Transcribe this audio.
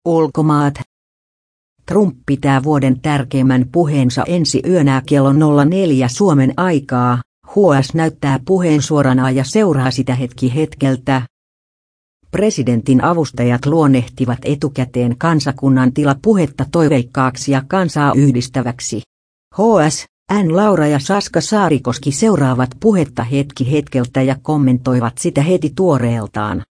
Ulkomaat. Trump pitää vuoden tärkeimmän puheensa ensi yönä kello 04 Suomen aikaa. HS näyttää puheen suorana ja seuraa sitä hetki hetkeltä. Presidentin avustajat luonnehtivat etukäteen kansakunnan tilapuhetta toiveikkaaksi ja kansaa yhdistäväksi. HS, N. Laura ja Saska Saarikoski seuraavat puhetta hetki hetkeltä ja kommentoivat sitä heti tuoreeltaan.